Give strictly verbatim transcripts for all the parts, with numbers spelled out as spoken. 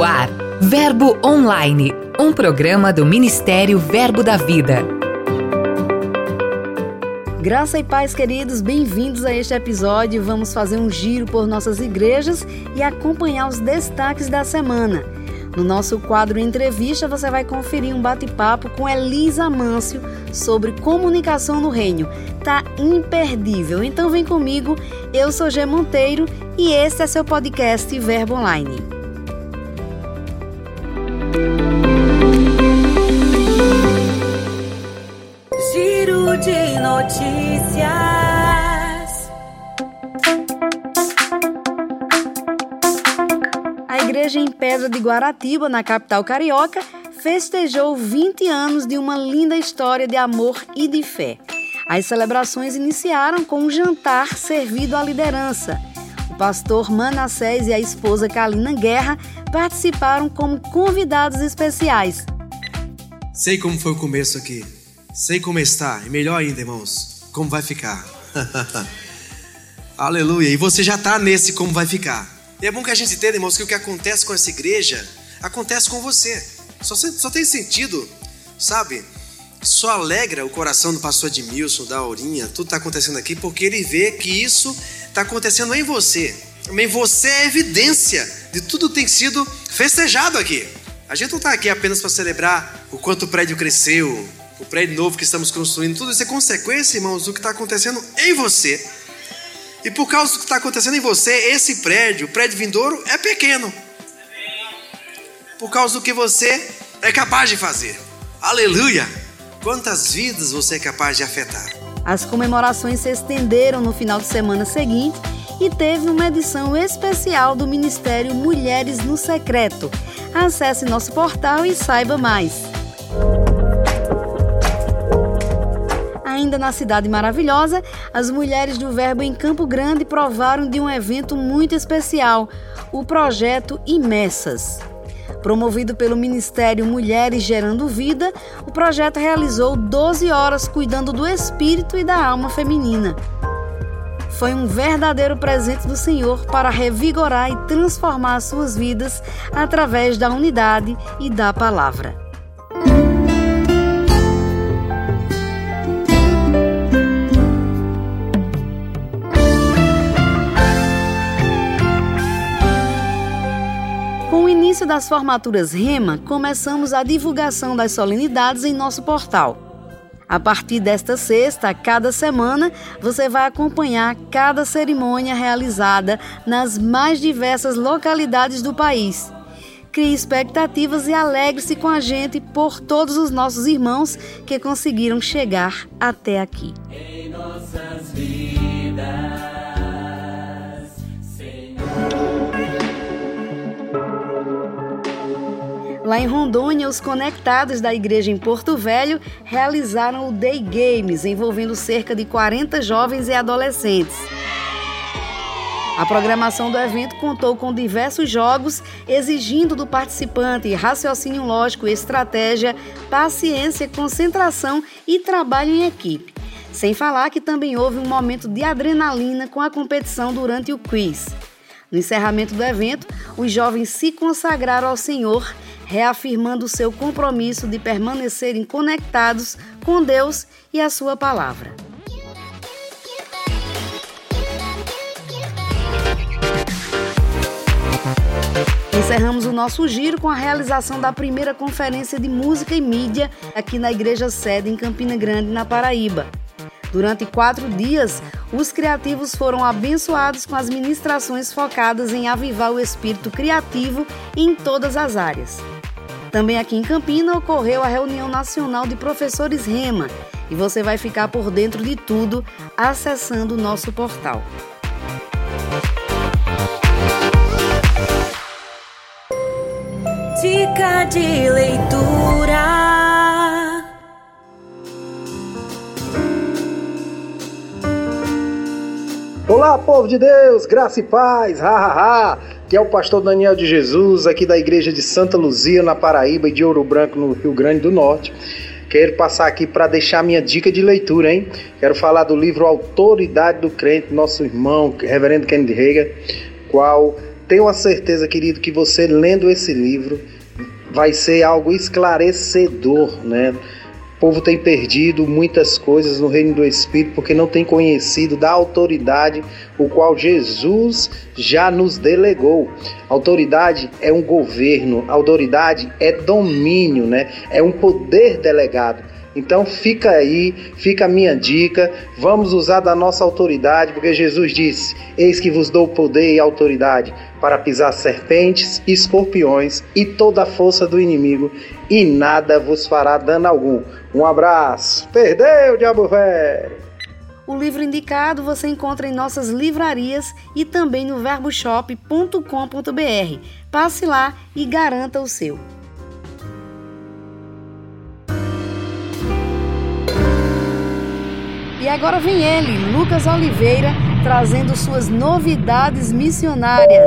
ar, Verbo Online, um programa do Ministério Verbo da Vida. Graça e paz, queridos, bem-vindos a este episódio. Vamos fazer um giro por nossas igrejas e acompanhar os destaques da semana. No nosso quadro Entrevista, você vai conferir um bate-papo com Elisa Amâncio sobre comunicação no reino. Tá imperdível, então vem comigo. Eu sou Gê Monteiro e esse é seu podcast Verbo Online. Giro de notícias. A igreja em Pedra de Guaratiba, na capital carioca, festejou vinte anos de uma linda história de amor e de fé. As celebrações iniciaram com um jantar servido à liderança. O pastor Manassés e a esposa Kalina Guerra participaram como convidados especiais. Sei como foi o começo aqui. Sei como está. E melhor ainda, irmãos, como vai ficar. Aleluia. E você já está nesse como vai ficar. E é bom que a gente entenda, irmãos, que o que acontece com essa igreja acontece com você. Só, só tem sentido, sabe? Só alegra o coração do pastor Edmilson, da Aurinha, tudo está acontecendo aqui, porque ele vê que isso está acontecendo em você. Também você é evidência de tudo que tem sido festejado aqui. A gente não está aqui apenas para celebrar o quanto o prédio cresceu, o prédio novo que estamos construindo. Tudo isso é consequência, irmãos, do que está acontecendo em você. E por causa do que está acontecendo em você, esse prédio, o prédio vindouro, é pequeno. Por causa do que você é capaz de fazer. Aleluia! Quantas vidas você é capaz de afetar? As comemorações se estenderam no final de semana seguinte e teve uma edição especial do Ministério Mulheres no Secreto. Acesse nosso portal e saiba mais. Ainda na Cidade Maravilhosa, as mulheres do Verbo em Campo Grande provaram de um evento muito especial, o projeto Imersas. Promovido pelo Ministério Mulheres Gerando Vida, o projeto realizou doze horas cuidando do espírito e da alma feminina. Foi um verdadeiro presente do Senhor para revigorar e transformar suas vidas através da unidade e da palavra. Com o início das formaturas Rema, começamos a divulgação das solenidades em nosso portal. A partir desta sexta, a cada semana, você vai acompanhar cada cerimônia realizada nas mais diversas localidades do país. Crie expectativas e alegre-se com a gente por todos os nossos irmãos que conseguiram chegar até aqui. Em nossas vidas. Lá em Rondônia, os conectados da igreja em Porto Velho realizaram o Day Games, envolvendo cerca de quarenta jovens e adolescentes. A programação do evento contou com diversos jogos, exigindo do participante raciocínio lógico, estratégia, paciência, concentração e trabalho em equipe. Sem falar que também houve um momento de adrenalina com a competição durante o quiz. No encerramento do evento, os jovens se consagraram ao Senhor, reafirmando seu compromisso de permanecerem conectados com Deus e a sua palavra. Encerramos o nosso giro com a realização da primeira conferência de música e mídia aqui na Igreja Sede em Campina Grande, na Paraíba. Durante quatro dias, os criativos foram abençoados com as ministrações focadas em avivar o espírito criativo em todas as áreas. Também aqui em Campina ocorreu a reunião nacional de professores Rema e você vai ficar por dentro de tudo acessando o nosso portal. Dica de leitura. Olá, povo de Deus, graça e paz, ha, ha, ha. Que é o pastor Daniel de Jesus, aqui da igreja de Santa Luzia, na Paraíba, e de Ouro Branco, no Rio Grande do Norte. Quero passar aqui para deixar minha dica de leitura, hein? Quero falar do livro Autoridade do Crente, nosso irmão, reverendo Kennedy Hagin, qual tenho a certeza, querido, que você lendo esse livro vai ser algo esclarecedor, né? O povo tem perdido muitas coisas no reino do Espírito porque não tem conhecido da autoridade o qual Jesus já nos delegou. Autoridade é um governo, autoridade é domínio, né? É um poder delegado. Então fica aí, fica a minha dica, vamos usar da nossa autoridade, porque Jesus disse: eis que vos dou poder e autoridade para pisar serpentes, escorpiões e toda a força do inimigo, e nada vos fará dano algum. Um abraço. Perdeu, diabo velho! O livro indicado você encontra em nossas livrarias e também no verboshop ponto com ponto b r. Passe lá e garanta o seu. E agora vem ele, Lucas Oliveira, trazendo suas novidades missionárias.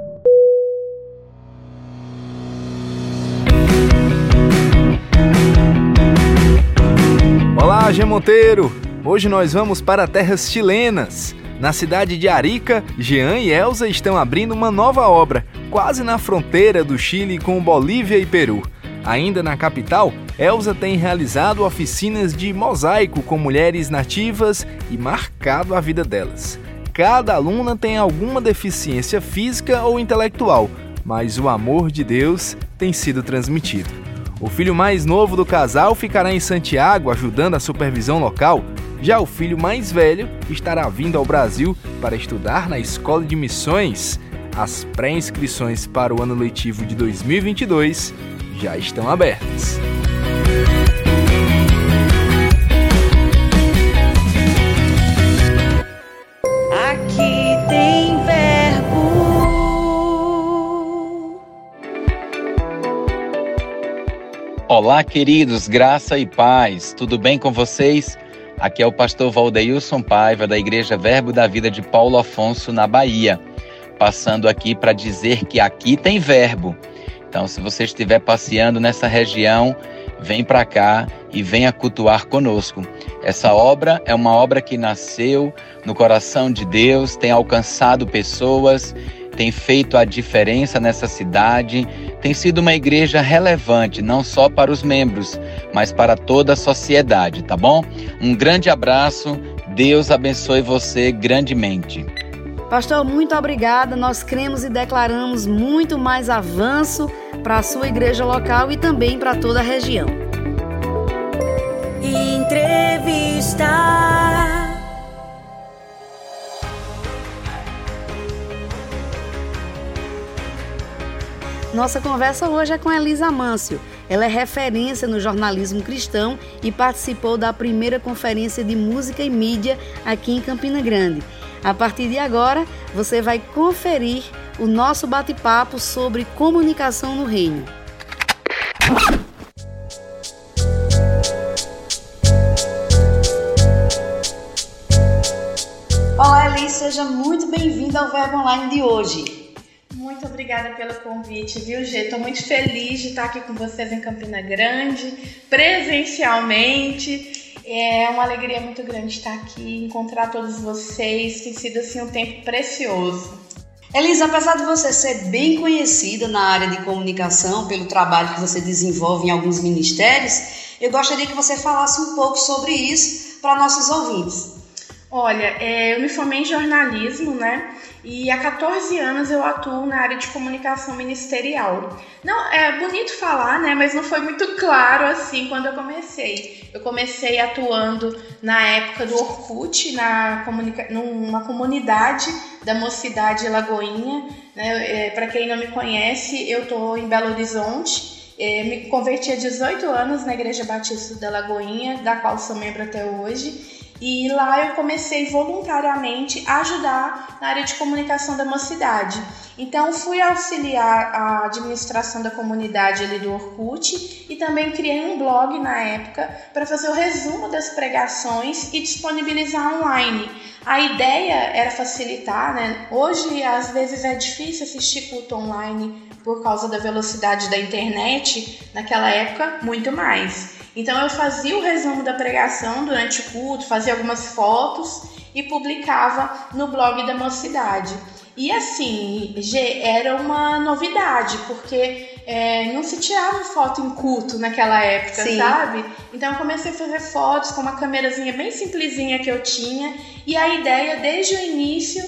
Olá, G Monteiro! Hoje nós vamos para terras chilenas. Na cidade de Arica, Jean e Elza estão abrindo uma nova obra, quase na fronteira do Chile com Bolívia e Peru. Ainda na capital, Elza tem realizado oficinas de mosaico com mulheres nativas e marcado a vida delas. Cada aluna tem alguma deficiência física ou intelectual, mas o amor de Deus tem sido transmitido. O filho mais novo do casal ficará em Santiago ajudando a supervisão local. Já o filho mais velho estará vindo ao Brasil para estudar na Escola de Missões. As pré-inscrições para o ano letivo de dois mil e vinte e dois já estão abertas. Aqui tem verbo. Olá, queridos, graça e paz. Tudo bem com vocês? Aqui é o pastor Valdeilson Paiva, da Igreja Verbo da Vida de Paulo Afonso, na Bahia. Passando aqui para dizer que aqui tem verbo. Então, se você estiver passeando nessa região, vem para cá e venha cultuar conosco. Essa obra é uma obra que nasceu no coração de Deus, tem alcançado pessoas, tem feito a diferença nessa cidade, tem sido uma igreja relevante, não só para os membros, mas para toda a sociedade, tá bom? Um grande abraço, Deus abençoe você grandemente. Pastor, muito obrigada. Nós cremos e declaramos muito mais avanço para a sua igreja local e também para toda a região. Entrevista. Nossa conversa hoje é com Elisa Amâncio. Ela é referência no jornalismo cristão e participou da primeira conferência de música e mídia aqui em Campina Grande. A partir de agora, você vai conferir o nosso bate-papo sobre comunicação no reino. Olá, Elisa, seja muito bem-vinda ao Verbo Online de hoje. Muito obrigada pelo convite, viu, Gê? Estou muito feliz de estar aqui com vocês em Campina Grande, presencialmente. É uma alegria muito grande estar aqui, encontrar todos vocês. Tem sido assim um tempo precioso. Elisa, apesar de você ser bem conhecida na área de comunicação pelo trabalho que você desenvolve em alguns ministérios, eu gostaria que você falasse um pouco sobre isso para nossos ouvintes. Olha, é, eu me formei em jornalismo, né? E há catorze anos eu atuo na área de comunicação ministerial. Não, é bonito falar, né? Mas não foi muito claro assim quando eu comecei. Eu comecei atuando na época do Orkut, na comunica... numa comunidade da Mocidade Lagoinha. Né? É, para quem não me conhece, eu estou em Belo Horizonte. É, me converti há dezoito anos na Igreja Batista da Lagoinha, da qual sou membro até hoje. E lá eu comecei voluntariamente a ajudar na área de comunicação da mocidade. Então fui auxiliar a administração da comunidade ali do Orkut e também criei um blog na época para fazer o resumo das pregações e disponibilizar online. A ideia era facilitar, né? Hoje às vezes é difícil assistir culto online por causa da velocidade da internet, naquela época muito mais. Então eu fazia o resumo da pregação durante o culto, fazia algumas fotos e publicava no blog da mocidade. E assim, era uma novidade, porque é, não se tirava foto em culto naquela época, Sim. sabe? Então eu comecei a fazer fotos com uma câmerazinha bem simplesinha que eu tinha, e a ideia desde o início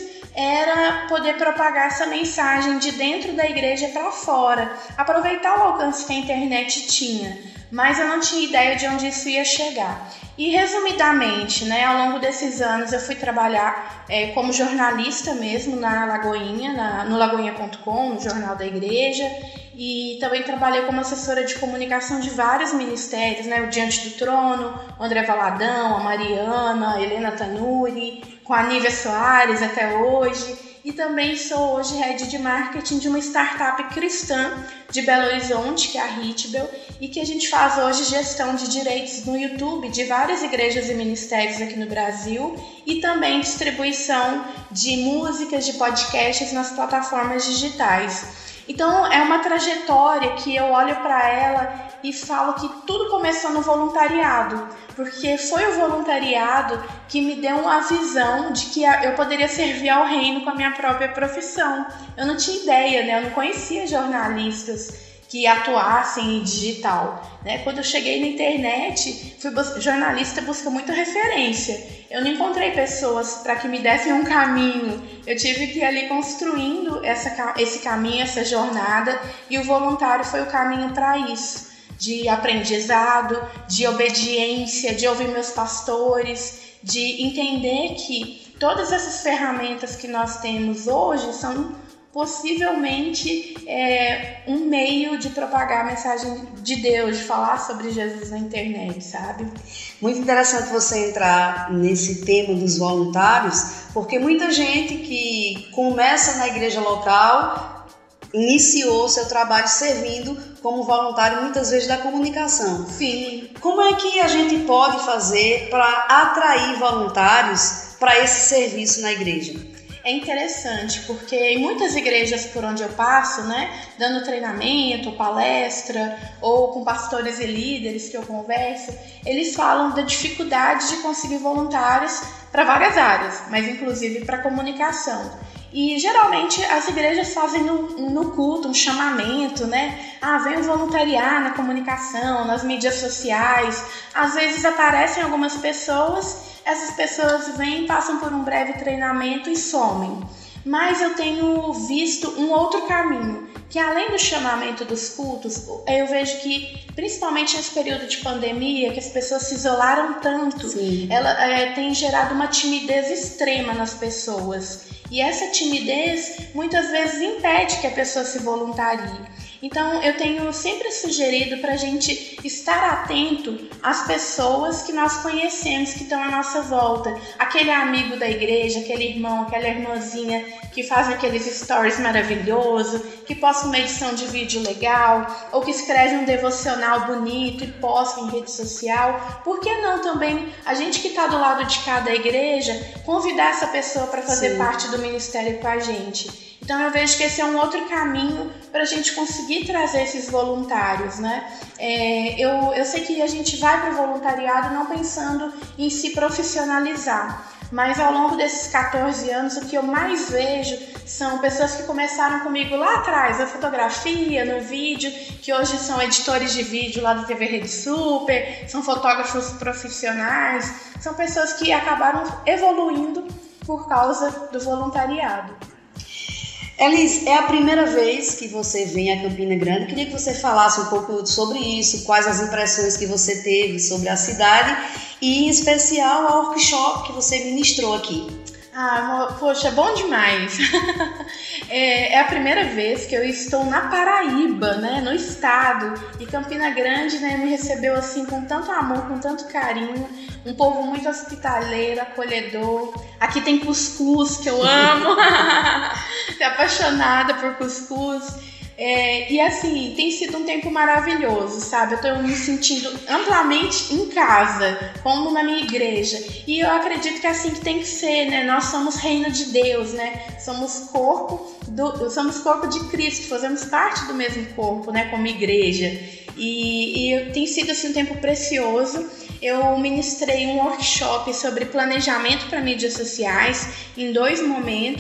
era poder propagar essa mensagem de dentro da igreja para fora, aproveitar o alcance que a internet tinha, mas eu não tinha ideia de onde isso ia chegar. E resumidamente, né, ao longo desses anos eu fui trabalhar é, como jornalista mesmo na Lagoinha, na, no lagoinha ponto com, no Jornal da Igreja, e também trabalhei como assessora de comunicação de vários ministérios, né, o Diante do Trono, o André Valadão, a Mariana, a Helena Tanuri, com a Nívia Soares até hoje. E também sou hoje head de marketing de uma startup cristã de Belo Horizonte, que é a Hitbel, e que a gente faz hoje gestão de direitos no YouTube de várias igrejas e ministérios aqui no Brasil, e também distribuição de músicas, de podcasts nas plataformas digitais. Então é uma trajetória que eu olho para ela e falo que tudo começou no voluntariado, porque foi o voluntariado que me deu uma visão de que eu poderia servir ao reino com a minha própria profissão. Eu não tinha ideia, né? Eu não conhecia jornalistas que atuassem em digital, né? Quando eu cheguei na internet, fui bus- jornalista busca muito referência. Eu não encontrei pessoas para que me dessem um caminho. Eu tive que ir ali construindo essa, esse caminho, essa jornada, e o voluntário foi o caminho para isso. De aprendizado, de obediência, de ouvir meus pastores, de entender que todas essas ferramentas que nós temos hoje são possivelmente é, um meio de propagar a mensagem de Deus, de falar sobre Jesus na internet, sabe? Muito interessante você entrar nesse tema dos voluntários, porque muita gente que começa na igreja local iniciou seu trabalho servindo como voluntário, muitas vezes da comunicação. Sim. Como é que a gente pode fazer para atrair voluntários para esse serviço na igreja? É interessante, porque em muitas igrejas por onde eu passo, né, dando treinamento, palestra, ou com pastores e líderes que eu converso, eles falam da dificuldade de conseguir voluntários para várias áreas, mas inclusive para comunicação. E geralmente as igrejas fazem no, no culto um chamamento, né? Ah, venham voluntariar na comunicação, nas mídias sociais. Às vezes aparecem algumas pessoas, essas pessoas vêm, passam por um breve treinamento e somem. Mas eu tenho visto um outro caminho, que além do chamamento dos cultos, eu vejo que, principalmente nesse período de pandemia, que as pessoas se isolaram tanto, Sim. ela é, tem gerado uma timidez extrema nas pessoas. E essa timidez muitas vezes impede que a pessoa se voluntarie. Então eu tenho sempre sugerido para a gente estar atento às pessoas que nós conhecemos, que estão à nossa volta. Aquele amigo da igreja, aquele irmão, aquela irmãzinha que faz aqueles stories maravilhosos, que posta uma edição de vídeo legal, ou que escreve um devocional bonito e posta em rede social. Por que não também a gente que está do lado de cada igreja convidar essa pessoa para fazer Sim. parte do ministério com a gente? Então eu vejo que esse é um outro caminho para a gente conseguir trazer esses voluntários, né? É, eu, eu sei que a gente vai para o voluntariado não pensando em se profissionalizar, mas ao longo desses catorze anos o que eu mais vejo são pessoas que começaram comigo lá atrás, na fotografia, no vídeo, que hoje são editores de vídeo lá do T V Rede Super, são fotógrafos profissionais, são pessoas que acabaram evoluindo por causa do voluntariado. Elis, é a primeira vez que você vem a Campina Grande. Eu queria que você falasse um pouco sobre isso, quais as impressões que você teve sobre a cidade e, em especial, a workshop que você ministrou aqui. Ah, poxa, bom demais! é, é a primeira vez que eu estou na Paraíba, né, no estado, e Campina Grande, né, me recebeu assim com tanto amor, com tanto carinho, um povo muito hospitaleiro, acolhedor. Aqui tem cuscuz, que eu amo, tô apaixonada por cuscuz. É, e assim, tem sido um tempo maravilhoso, sabe? Eu tô me sentindo amplamente em casa, como na minha igreja. E eu acredito que é assim que tem que ser, né? Nós somos reino de Deus, né? Somos corpo, do, somos corpo de Cristo, fazemos parte do mesmo corpo, né? Como igreja. E, e tem sido assim, um tempo precioso. Eu ministrei um workshop sobre planejamento para mídias sociais em dois momentos.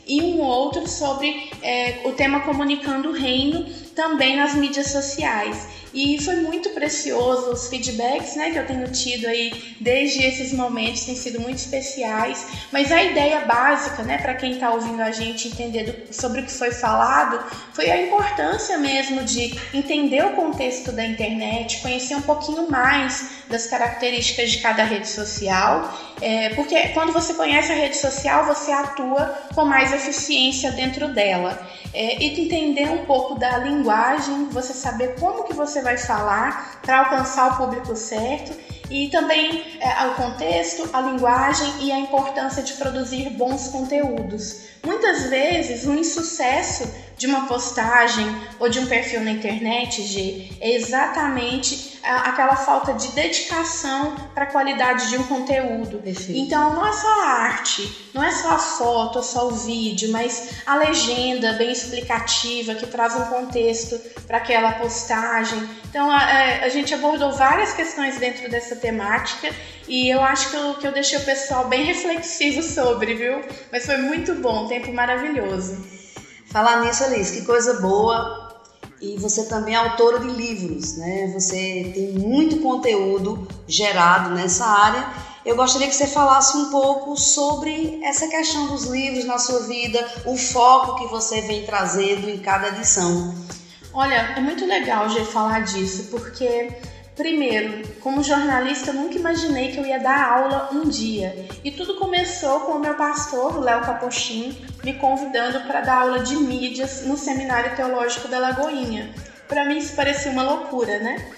e um outro sobre é, o tema Comunicando o Reino, também nas mídias sociais. E foi muito precioso os feedbacks, né, que eu tenho tido aí desde esses momentos, têm sido muito especiais. Mas a ideia básica, né, para quem está ouvindo a gente entender do, sobre o que foi falado, foi a importância mesmo de entender o contexto da internet, conhecer um pouquinho mais das características de cada rede social, é, porque quando você conhece a rede social, você atua com mais eficiência dentro dela. É, e entender um pouco da linguagem, você saber como que você vai falar para alcançar o público certo, e também é, o contexto, a linguagem e a importância de produzir bons conteúdos. Muitas vezes o insucesso de uma postagem ou de um perfil na internet, G, é exatamente aquela falta de dedicação para a qualidade de um conteúdo. Perfeito. Então não é só a arte, não é só a foto, é só o vídeo, mas a legenda bem explicativa que traz um contexto para aquela postagem. Então a, a gente abordou várias questões dentro dessa temática e eu acho que eu, que eu deixei o pessoal bem reflexivo sobre, viu? Mas foi muito bom, um tempo maravilhoso. Falar nisso, Alice, que coisa boa. E você também é autora de livros, né? Você tem muito conteúdo gerado nessa área. Eu gostaria que você falasse um pouco sobre essa questão dos livros na sua vida, o foco que você vem trazendo em cada edição. Olha, é muito legal, Gê, falar disso, porque... Primeiro, como jornalista, eu nunca imaginei que eu ia dar aula um dia. E tudo começou com o meu pastor, o Léo Capochim, me convidando para dar aula de mídias no Seminário Teológico da Lagoinha. Para mim isso parecia uma loucura, né?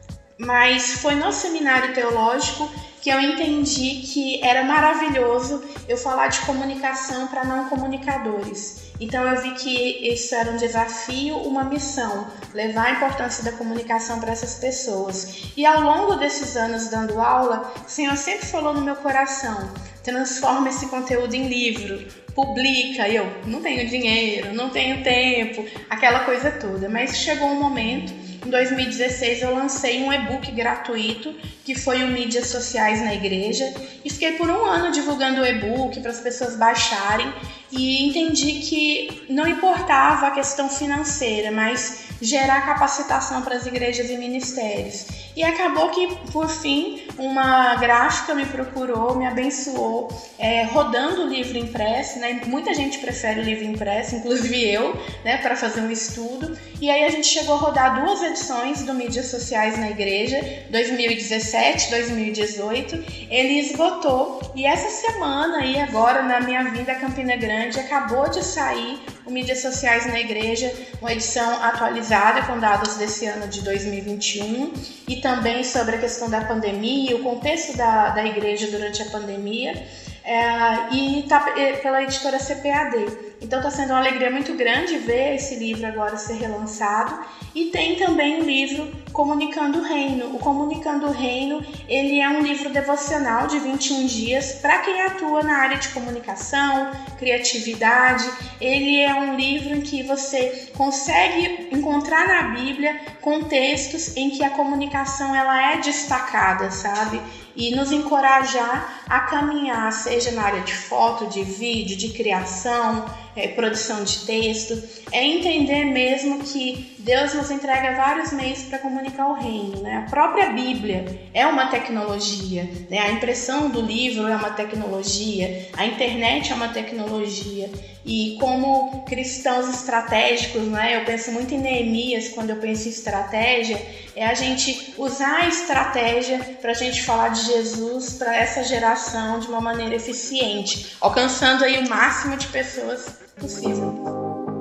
Mas foi no Seminário Teológico que eu entendi que era maravilhoso eu falar de comunicação para não comunicadores. Então eu vi que isso era um desafio, uma missão, levar a importância da comunicação para essas pessoas. E ao longo desses anos dando aula, o Senhor sempre falou no meu coração: transforma esse conteúdo em livro, publica. E eu não tenho dinheiro, não tenho tempo, aquela coisa toda. Mas chegou um momento, em dois mil e dezesseis eu lancei um e-book gratuito, que foi o Mídias Sociais na Igreja, e fiquei por um ano divulgando o e-book para as pessoas baixarem, e entendi que não importava a questão financeira, mas gerar capacitação para as igrejas e ministérios. E acabou que, por fim, uma gráfica me procurou, me abençoou, é, rodando o livro impresso, né? Muita gente prefere o livro impresso, inclusive eu, né, para fazer um estudo. E aí a gente chegou a rodar duas edições do Mídias Sociais na Igreja, dois mil e dezessete, dois mil e dezoito. Ele esgotou, e essa semana aí agora, na minha vinda a Campina Grande, acabou de sair o Mídias Sociais na Igreja, uma edição atualizada com dados desse ano de dois mil e vinte e um, e também sobre a questão da pandemia, o contexto da, da igreja durante a pandemia, é, e tá pela editora C P A D. Então está sendo uma alegria muito grande ver esse livro agora ser relançado. E tem também o livro Comunicando o Reino. O Comunicando o Reino, ele é um livro devocional de vinte e um dias para quem atua na área de comunicação, criatividade. Ele é um livro em que você consegue encontrar na Bíblia contextos em que a comunicação ela é destacada, sabe? E nos encorajar a caminhar, seja na área de foto, de vídeo, de criação, é, produção de texto. É entender mesmo que Deus nos entrega vários meios para comunicar o reino, né? A própria Bíblia é uma tecnologia, né? A impressão do livro é uma tecnologia, a internet é uma tecnologia. E como cristãos estratégicos, né? Eu penso muito em Neemias quando eu penso em estratégia, é a gente usar a estratégia para a gente falar de Jesus para essa geração de uma maneira eficiente, alcançando aí o máximo de pessoas possível.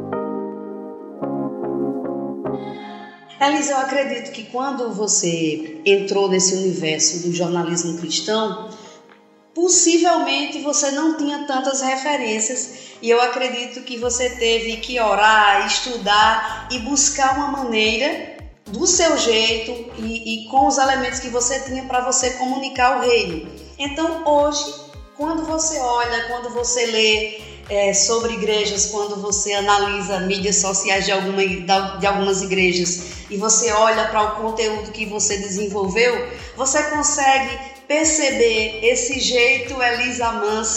Elisa, eu acredito que quando você entrou nesse universo do jornalismo cristão, possivelmente você não tinha tantas referências, e eu acredito que você teve que orar, estudar e buscar uma maneira do seu jeito e, e com os elementos que você tinha para você comunicar o reino. Então hoje, quando você olha, quando você lê é, sobre igrejas, quando você analisa mídias sociais de, alguma, de algumas igrejas e você olha para o conteúdo que você desenvolveu, você consegue perceber esse jeito Elisa Amâncio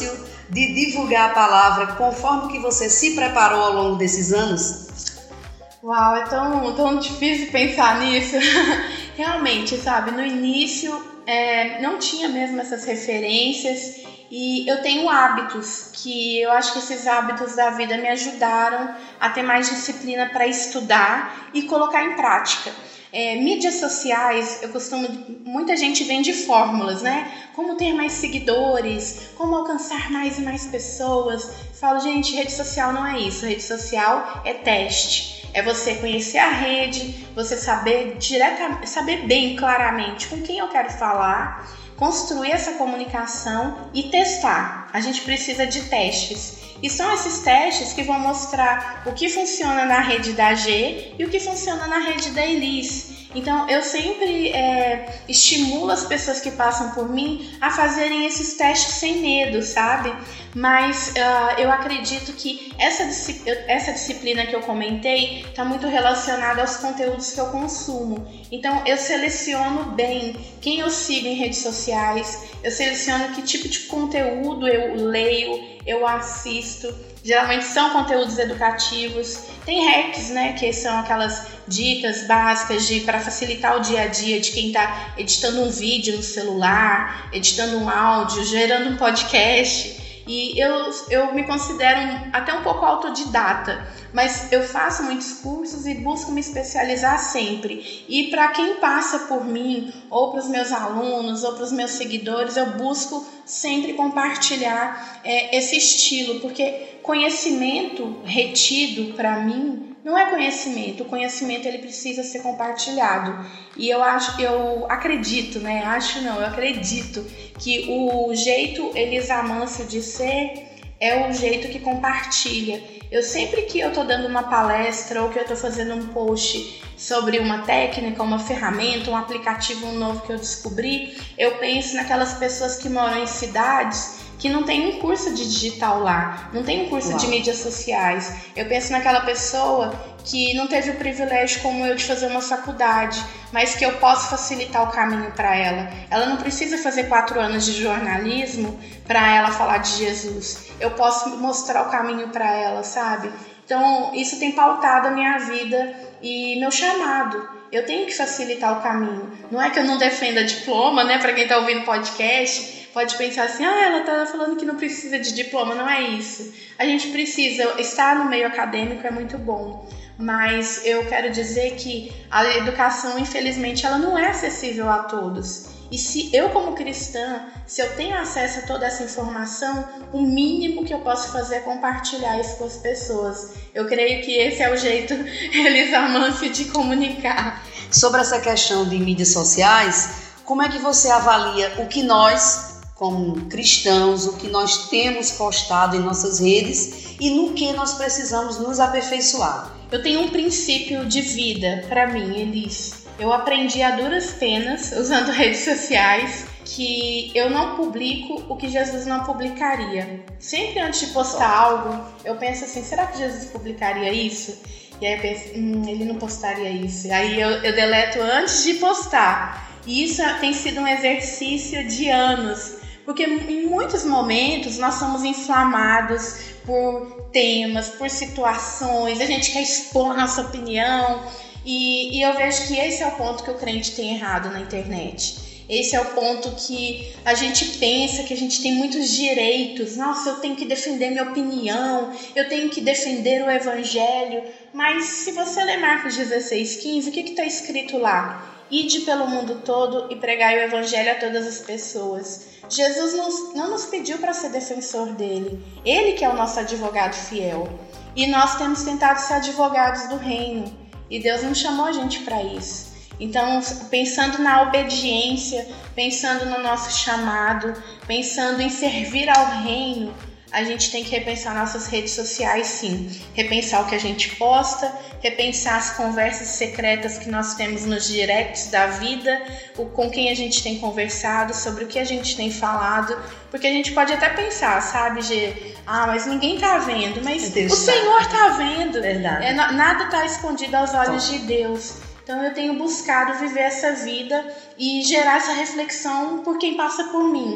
de divulgar a palavra conforme que você se preparou ao longo desses anos? Uau, é tão, tão difícil pensar nisso. Realmente, sabe, no início é, não tinha mesmo essas referências e eu tenho hábitos que eu acho que esses hábitos da vida me ajudaram a ter mais disciplina para estudar e colocar em prática. É, mídias sociais, eu costumo, muita gente vende fórmulas, né? Como ter mais seguidores, como alcançar mais e mais pessoas. Falo, gente, rede social não é isso. Rede social é teste. É você conhecer a rede, você saber diretamente, saber bem claramente com quem eu quero falar, construir essa comunicação e testar. A gente precisa de testes. E são esses testes que vão mostrar o que funciona na rede da G e o que funciona na rede da Elis. Então, eu sempre é, estimulo as pessoas que passam por mim a fazerem esses testes sem medo, sabe? Mas uh, eu acredito que essa, essa disciplina que eu comentei está muito relacionada aos conteúdos que eu consumo. Então, eu seleciono bem quem eu sigo em redes sociais, eu seleciono que tipo de conteúdo eu leio, eu assisto. Geralmente são conteúdos educativos. Tem hacks, né, que são aquelas dicas básicas de para facilitar o dia a dia de quem está editando um vídeo no celular, editando um áudio, gerando um podcast. E eu, eu me considero até um pouco autodidata, mas eu faço muitos cursos e busco me especializar sempre. E para quem passa por mim, ou para os meus alunos, ou para os meus seguidores, eu busco sempre compartilhar é, esse estilo, porque conhecimento retido para mim não é conhecimento. O conhecimento ele precisa ser compartilhado. E eu acho, eu acredito, né? Acho não, eu acredito que o jeito Elis Amâncio de ser é o jeito que compartilha. Eu sempre que eu tô dando uma palestra ou que eu tô fazendo um post sobre uma técnica, uma ferramenta, um aplicativo novo que eu descobri, eu penso naquelas pessoas que moram em cidades que não tem um curso de digital lá, não tem um curso Uau. de mídias sociais. Eu penso naquela pessoa que não teve o privilégio como eu de fazer uma faculdade, mas que eu posso facilitar o caminho para ela. Ela não precisa fazer quatro anos de jornalismo para ela falar de Jesus. Eu posso mostrar o caminho para ela, sabe? Então, isso tem pautado a minha vida e meu chamado. Eu tenho que facilitar o caminho. Não é que eu não defenda diploma, né? Para quem está ouvindo podcast, pode pensar assim, ah, ela tá falando que não precisa de diploma. Não é isso. A gente precisa, estar no meio acadêmico é muito bom, mas eu quero dizer que a educação, infelizmente, ela não é acessível a todos. E se eu, como cristã, se eu tenho acesso a toda essa informação, o mínimo que eu posso fazer é compartilhar isso com as pessoas. Eu creio que esse é o jeito Elis Amâncio de comunicar. Sobre essa questão de mídias sociais, como é que você avalia o que nós, como cristãos, o que nós temos postado em nossas redes e no que nós precisamos nos aperfeiçoar? Eu tenho um princípio de vida para mim, Elis. Eu aprendi a duras penas, usando redes sociais, que eu não publico o que Jesus não publicaria. Sempre antes de postar algo, eu penso assim, será que Jesus publicaria isso? E aí eu penso, hum, ele não postaria isso. Aí eu, eu deleto antes de postar. E isso tem sido um exercício de anos, porque em muitos momentos nós somos inflamados por temas, por situações, a gente quer expor a nossa opinião. E, e eu vejo que esse é o ponto que o crente tem errado na internet. Esse é o ponto que a gente pensa que a gente tem muitos direitos. Nossa, eu tenho que defender minha opinião, eu tenho que defender o evangelho. Mas se você ler Marcos dezesseis, quinze, o que está escrito lá? Ide pelo mundo todo e pregai o evangelho a todas as pessoas. Jesus nos, não nos pediu para ser defensor dele. Ele que é o nosso advogado fiel. E nós temos tentado ser advogados do reino. E Deus não chamou a gente para isso. Então, pensando na obediência, pensando no nosso chamado, pensando em servir ao reino, a gente tem que repensar nossas redes sociais, sim. Repensar o que a gente posta, repensar as conversas secretas que nós temos nos directs da vida, o, com quem a gente tem conversado, sobre o que a gente tem falado. Porque a gente pode até pensar, sabe, Gê? Ah, mas ninguém tá vendo. Mas Deus o Senhor sabe. tá vendo. Verdade. É, nada tá escondido aos olhos então. de Deus. Então eu tenho buscado viver essa vida e gerar essa reflexão por quem passa por mim.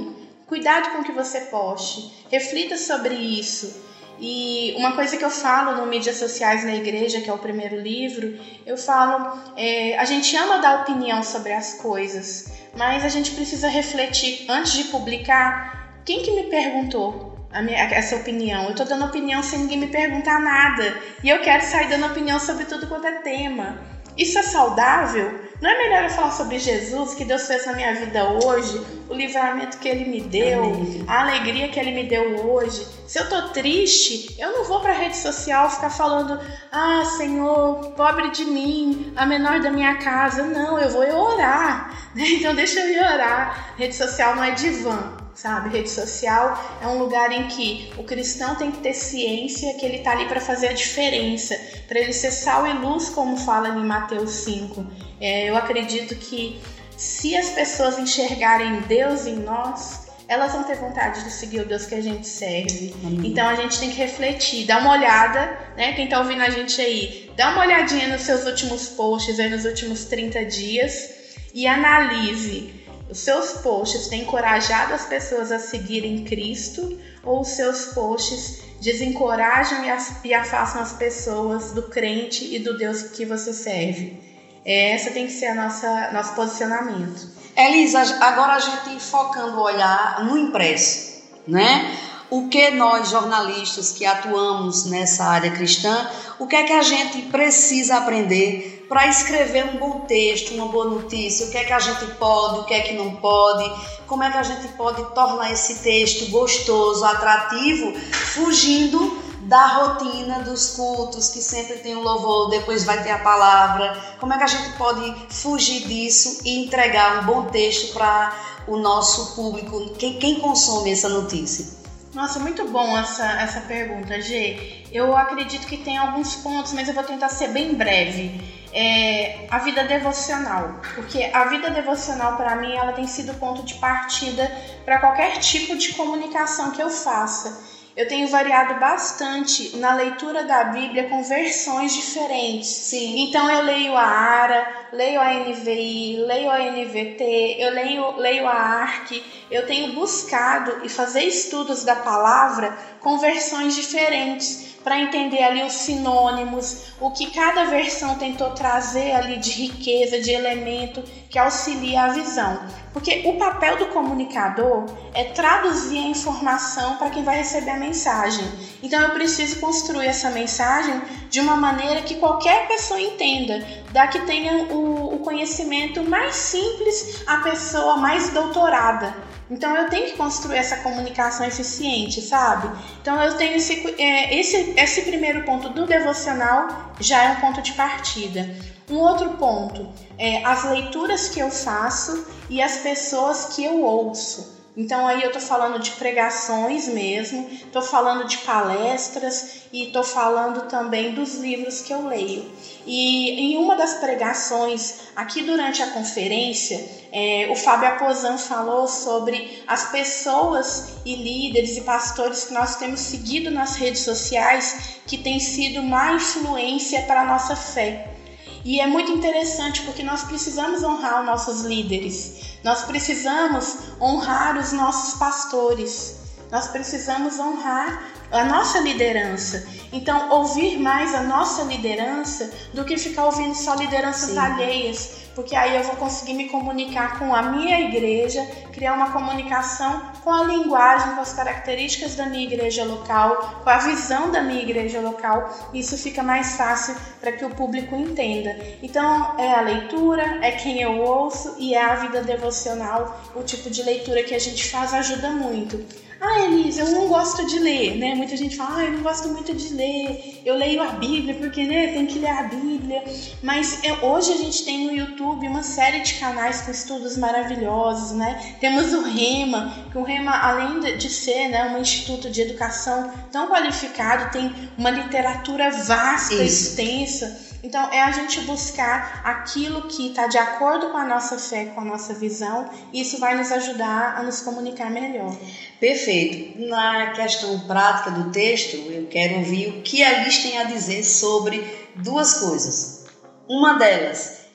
Cuidado com o que você poste, reflita sobre isso. E uma coisa que eu falo no Mídias Sociais na Igreja, que é o primeiro livro, eu falo, é, a gente ama dar opinião sobre as coisas, mas a gente precisa refletir antes de publicar. Quem que me perguntou a minha, essa opinião? Eu estou dando opinião sem ninguém me perguntar nada, e eu quero sair dando opinião sobre tudo quanto é tema. Isso é saudável? Não é melhor eu falar sobre Jesus, que Deus fez na minha vida hoje, o livramento que Ele me deu, Amém. A alegria que Ele me deu hoje? Se eu tô triste, eu não vou pra rede social ficar falando, ah, Senhor, pobre de mim, a menor da minha casa. Não, eu vou orar, né? Então deixa eu ir orar. Rede social não é divã, sabe? Rede social é um lugar em que o cristão tem que ter ciência que ele está ali para fazer a diferença, para ele ser sal e luz, como fala em Mateus cinco. É, eu acredito que se as pessoas enxergarem Deus em nós, elas vão ter vontade de seguir o Deus que a gente serve. Amém. Então a gente tem que refletir, dar uma olhada, né? Quem está ouvindo a gente aí, dá uma olhadinha nos seus últimos posts, aí nos últimos trinta dias, e analise. Os seus posts têm encorajado as pessoas a seguirem Cristo, ou os seus posts desencorajam e afastam as pessoas do crente e do Deus que você serve? Essa tem que ser a nossa nosso posicionamento. Elisa, agora a gente focando o olhar no impresso, né? O que nós, jornalistas que atuamos nessa área cristã, o que é que a gente precisa aprender para escrever um bom texto, uma boa notícia? O que é que a gente pode, o que é que não pode? Como é que a gente pode tornar esse texto gostoso, atrativo, fugindo da rotina dos cultos, que sempre tem um louvor, depois vai ter a palavra? Como é que a gente pode fugir disso e entregar um bom texto para o nosso público, quem, quem consome essa notícia? Nossa, muito bom essa, essa pergunta, Gê. Eu acredito que tem alguns pontos, mas eu vou tentar ser bem breve. É, a vida devocional, porque a vida devocional para mim ela tem sido ponto de partida para qualquer tipo de comunicação que eu faça. Eu tenho variado bastante na leitura da Bíblia com versões diferentes. Sim. Então eu leio a ARA, leio a N V I, leio a N V T, eu leio, leio a ARC. Eu tenho buscado e fazer estudos da palavra com versões diferentes, para entender ali os sinônimos, o que cada versão tentou trazer ali de riqueza, de elemento que auxilia a visão. Porque o papel do comunicador é traduzir a informação para quem vai receber a mensagem. Então eu preciso construir essa mensagem de uma maneira que qualquer pessoa entenda, da que tenha o, o conhecimento mais simples à pessoa mais doutorada. Então eu tenho que construir essa comunicação eficiente, sabe? Então eu tenho esse, é, esse, esse primeiro ponto do devocional já é um ponto de partida. Um outro ponto é as leituras que eu faço e as pessoas que eu ouço. Então aí eu tô falando de pregações mesmo, tô falando de palestras e tô falando também dos livros que eu leio. E em uma das pregações, aqui durante a conferência, é, o Fábio Aposan falou sobre as pessoas e líderes e pastores que nós temos seguido nas redes sociais que têm sido uma influência para a nossa fé. E é muito interessante porque nós precisamos honrar os nossos líderes, nós precisamos honrar os nossos pastores, nós precisamos honrar a nossa liderança. Então, ouvir mais a nossa liderança do que ficar ouvindo só lideranças Sim. alheias, porque aí eu vou conseguir me comunicar com a minha igreja, criar uma comunicação com a linguagem, com as características da minha igreja local, com a visão da minha igreja local. Isso fica mais fácil para que o público entenda. Então, é a leitura, é quem eu ouço e é a vida devocional. O tipo de leitura que a gente faz ajuda muito. Ah, Elisa, eu não gosto de ler, né? Muita gente fala, ah, eu não gosto muito de ler, eu leio a Bíblia, porque, né, tem que ler a Bíblia. Mas é, hoje a gente tem no YouTube uma série de canais com estudos maravilhosos, né? Temos o Rema, que o Rema, além de ser, né, um instituto de educação tão qualificado, tem uma literatura vasta e extensa. Então, é a gente buscar aquilo que está de acordo com a nossa fé, com a nossa visão, e isso vai nos ajudar a nos comunicar melhor. Perfeito. Na questão prática do texto, eu quero ouvir o que a Liz tem a dizer sobre duas coisas. Uma delas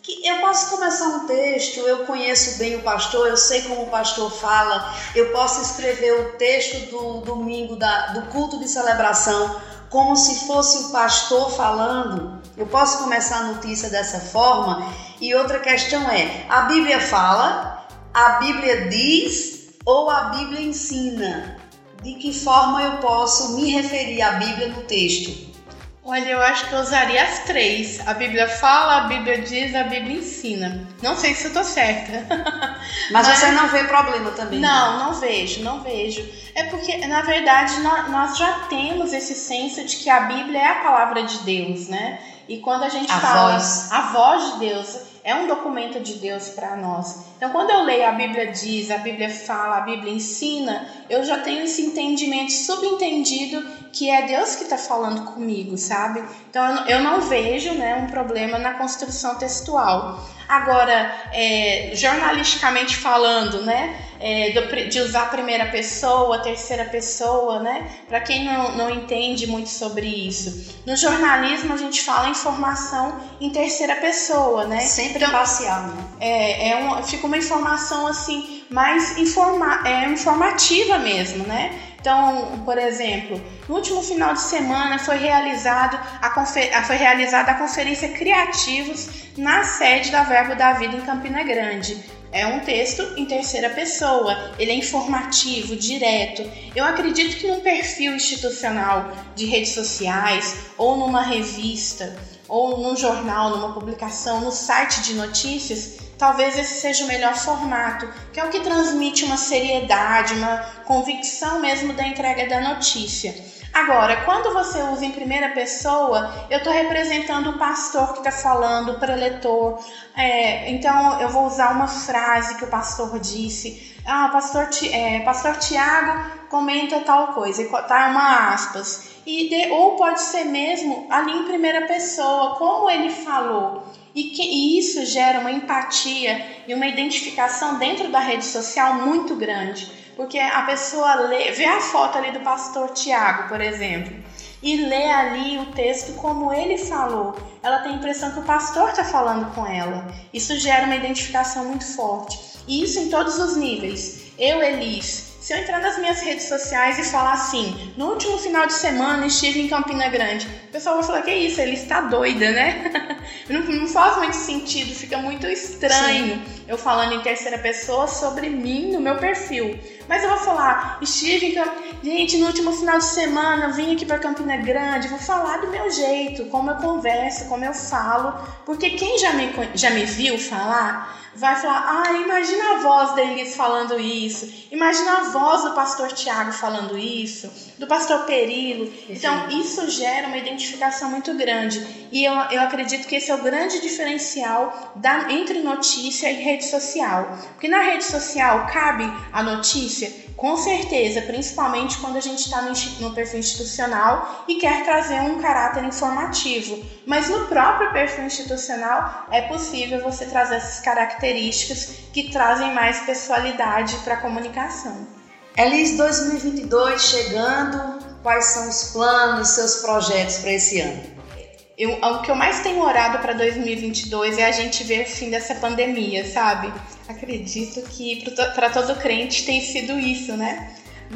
que eu posso começar um texto, eu conheço bem o pastor, eu sei como o pastor fala, eu posso escrever o texto do domingo, da, do culto de celebração, como se fosse o pastor falando. Eu posso começar a notícia dessa forma. E outra questão é, a Bíblia fala, a Bíblia diz ou a Bíblia ensina? De que forma eu posso me referir à Bíblia no texto? Olha, eu acho que eu usaria as três. A Bíblia fala, a Bíblia diz, a Bíblia ensina. Não sei se eu tô certa. Mas, Mas você não vê problema também? Não, não vejo, não vejo. É porque, na verdade, nós já temos esse senso de que a Bíblia é a palavra de Deus, né? E quando a gente a fala voz. a voz de Deus, é um documento de Deus para nós. Então, quando eu leio a Bíblia diz, a Bíblia fala, a Bíblia ensina, eu já tenho esse entendimento subentendido que é Deus que está falando comigo, sabe? Então, eu não vejo, né, um problema na construção textual. Agora, é, jornalisticamente falando, né, é, do, de usar a primeira pessoa, a terceira pessoa, né, para quem não, não entende muito sobre isso. No jornalismo, a gente fala informação em terceira pessoa, né? Sempre então, parcial, né? É, é um, fica uma informação, assim, mais informa, é, informativa mesmo, né? Então, por exemplo, no último final de semana foi, realizado a confer... foi realizada a Conferência Criativos na sede da Verbo da Vida em Campina Grande. É um texto em terceira pessoa, ele é informativo, direto. Eu acredito que num perfil institucional de redes sociais, ou numa revista, ou num jornal, numa publicação, no site de notícias, talvez esse seja o melhor formato, que é o que transmite uma seriedade, uma convicção mesmo da entrega da notícia. Agora, quando você usa em primeira pessoa, eu estou representando o pastor que está falando, o preletor. É, então, eu vou usar uma frase que o pastor disse. Ah, pastor, é, pastor Tiago comenta tal coisa, e tá uma aspas. E de, ou pode ser mesmo ali em primeira pessoa, como ele falou. E, que, e isso gera uma empatia e uma identificação dentro da rede social muito grande. Porque a pessoa lê, vê a foto ali do pastor Tiago, por exemplo, e lê ali o texto como ele falou. Ela tem a impressão que o pastor está falando com ela. Isso gera uma identificação muito forte. E isso em todos os níveis. Eu, Elis, se eu entrar nas minhas redes sociais e falar assim, no último final de semana estive em Campina Grande, o pessoal vai falar, que isso, Elis está doida, né? não, não faz muito sentido, fica muito estranho. Sim. Eu falando em terceira pessoa sobre mim no meu perfil. Mas eu vou falar, estive em Campina... Gente, no último final de semana eu vim aqui para Campina Grande, vou falar do meu jeito, como eu converso, como eu falo, porque quem já me, já me viu falar vai falar, ah, imagina a voz da Elis falando isso, imagina a voz do pastor Tiago falando isso, do pastor Perilo. Então, isso gera uma identificação muito grande. E eu, eu acredito que esse é o grande diferencial da, entre notícia e rede social. Porque na rede social cabe a notícia, com certeza, principalmente quando a gente está no, no perfil institucional e quer trazer um caráter informativo. Mas no próprio perfil institucional é possível você trazer essas características que trazem mais pessoalidade para a comunicação. Elis, dois mil e vinte e dois chegando, quais são os planos, seus projetos para esse ano? Eu, o que eu mais tenho orado para dois mil e vinte e dois é a gente ver o fim dessa pandemia, sabe? Acredito que para todo crente tem sido isso, né?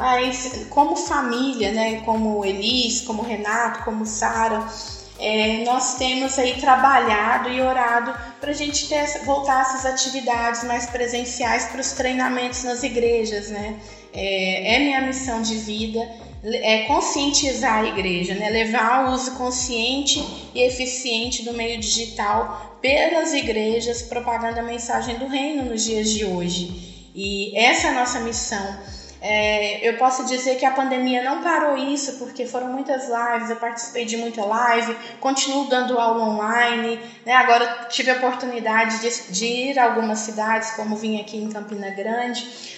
Mas como família, né? Como Elis, como Renato, como Sara, é, nós temos aí trabalhado e orado para a gente ter, voltar essas atividades mais presenciais para os treinamentos nas igrejas, né? É, é minha missão de vida. É conscientizar a igreja, né? Levar o uso consciente e eficiente do meio digital pelas igrejas, propagando a mensagem do reino nos dias de hoje. E essa é a nossa missão. É, eu posso dizer que a pandemia não parou isso, porque foram muitas lives, eu participei de muita live, continuo dando aula online, né? Agora tive a oportunidade de, de ir a algumas cidades, como vim aqui em Campina Grande,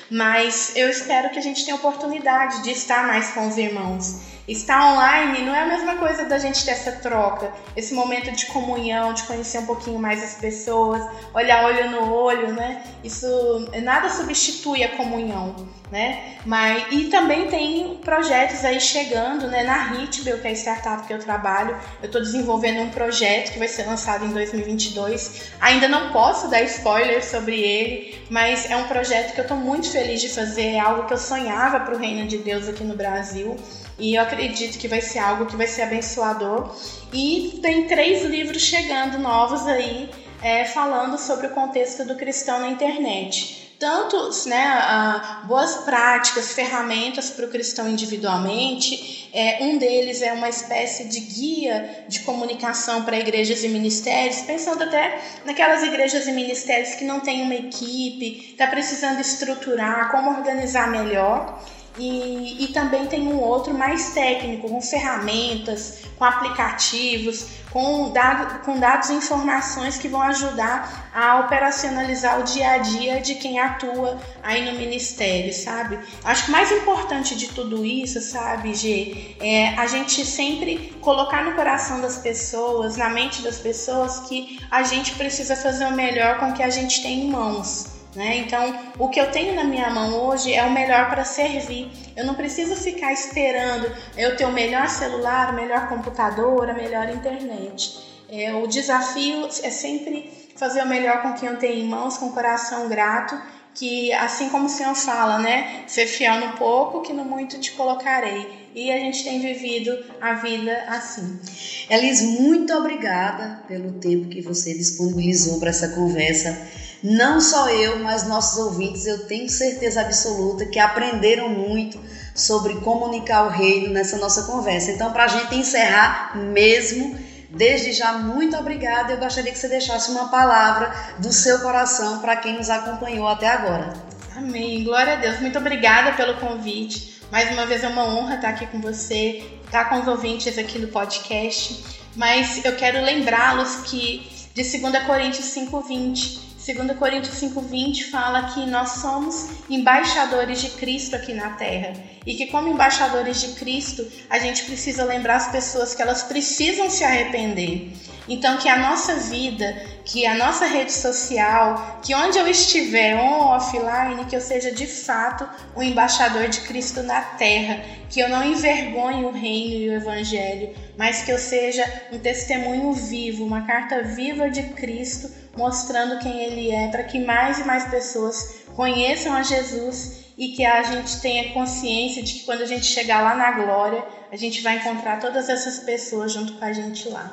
mas eu espero que a gente tenha oportunidade de estar mais com os irmãos. Estar online não é a mesma coisa da gente ter essa troca, esse momento de comunhão, de conhecer um pouquinho mais as pessoas, olhar olho no olho, né? Isso nada substitui a comunhão, né? Mas, e também tem projetos aí chegando, né? Na Hitbel, que é a startup que eu trabalho, eu estou desenvolvendo um projeto que vai ser lançado em dois mil e vinte e dois. Ainda não posso dar spoiler sobre ele, mas é um projeto que eu estou muito feliz de fazer, é algo que eu sonhava para o Reino de Deus aqui no Brasil. E eu acredito que vai ser algo que vai ser abençoador. E tem três livros chegando novos aí, é, falando sobre o contexto do cristão na internet. Tanto, né, uh, boas práticas, ferramentas para o cristão individualmente. É, um deles é uma espécie de guia de comunicação para igrejas e ministérios, pensando até naquelas igrejas e ministérios que não têm uma equipe, está precisando estruturar, como organizar melhor. E, e também tem um outro mais técnico, com ferramentas, com aplicativos, com, dado, com dados e informações que vão ajudar a operacionalizar o dia a dia de quem atua aí no ministério, sabe? Acho que o mais importante de tudo isso, sabe, Gê, é a gente sempre colocar no coração das pessoas, na mente das pessoas, que a gente precisa fazer o melhor com o que a gente tem em mãos. Né? Então, o que eu tenho na minha mão hoje é o melhor para servir. Eu não preciso ficar esperando eu ter o melhor celular, o melhor computador, a melhor internet. É, o desafio é sempre fazer o melhor com o que eu tenho em mãos, com o coração grato, que assim como o Senhor fala, né? Ser fiel no pouco, que no muito te colocarei. E a gente tem vivido a vida assim. Elis, muito obrigada pelo tempo que você disponibilizou para essa conversa. Não só eu, mas nossos ouvintes, eu tenho certeza absoluta que aprenderam muito sobre comunicar o reino nessa nossa conversa. Então, para a gente encerrar mesmo, desde já, muito obrigada. Eu gostaria que você deixasse uma palavra do seu coração para quem nos acompanhou até agora. Amém. Glória a Deus. Muito obrigada pelo convite. Mais uma vez é uma honra estar aqui com você, estar com os ouvintes aqui do podcast. Mas eu quero lembrá-los que de dois Coríntios cinco, vinte... dois Coríntios cinco, vinte fala que nós somos embaixadores de Cristo aqui na Terra e que como embaixadores de Cristo a gente precisa lembrar as pessoas que elas precisam se arrepender. Então que a nossa vida, que a nossa rede social, que onde eu estiver, on ou offline, que eu seja de fato um embaixador de Cristo na Terra, que eu não envergonhe o reino e o evangelho, mas que eu seja um testemunho vivo, uma carta viva de Cristo, mostrando quem Ele é, para que mais e mais pessoas conheçam a Jesus e que a gente tenha consciência de que quando a gente chegar lá na glória, a gente vai encontrar todas essas pessoas junto com a gente lá.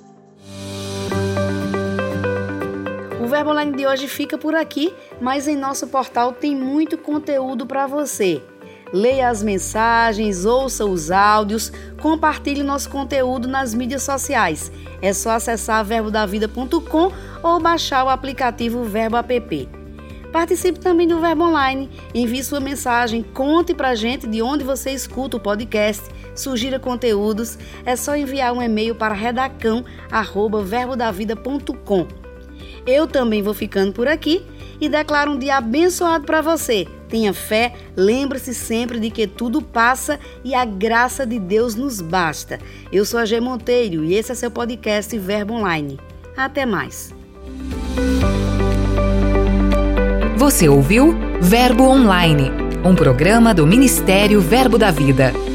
O Verbo Online de hoje fica por aqui, mas em nosso portal tem muito conteúdo para você. Leia as mensagens, ouça os áudios, compartilhe nosso conteúdo nas mídias sociais. É só acessar verbo da vida ponto com ou baixar o aplicativo Verbo App. Participe também do Verbo Online, envie sua mensagem, conte pra gente de onde você escuta o podcast, sugira conteúdos, é só enviar um e-mail para redacão arroba verbo da vida ponto com. Eu também vou ficando por aqui e declaro um dia abençoado para você. Tenha fé, lembre-se sempre de que tudo passa e a graça de Deus nos basta. Eu sou a G Monteiro e esse é seu podcast Verbo Online. Até mais. Você ouviu Verbo Online, um programa do Ministério Verbo da Vida.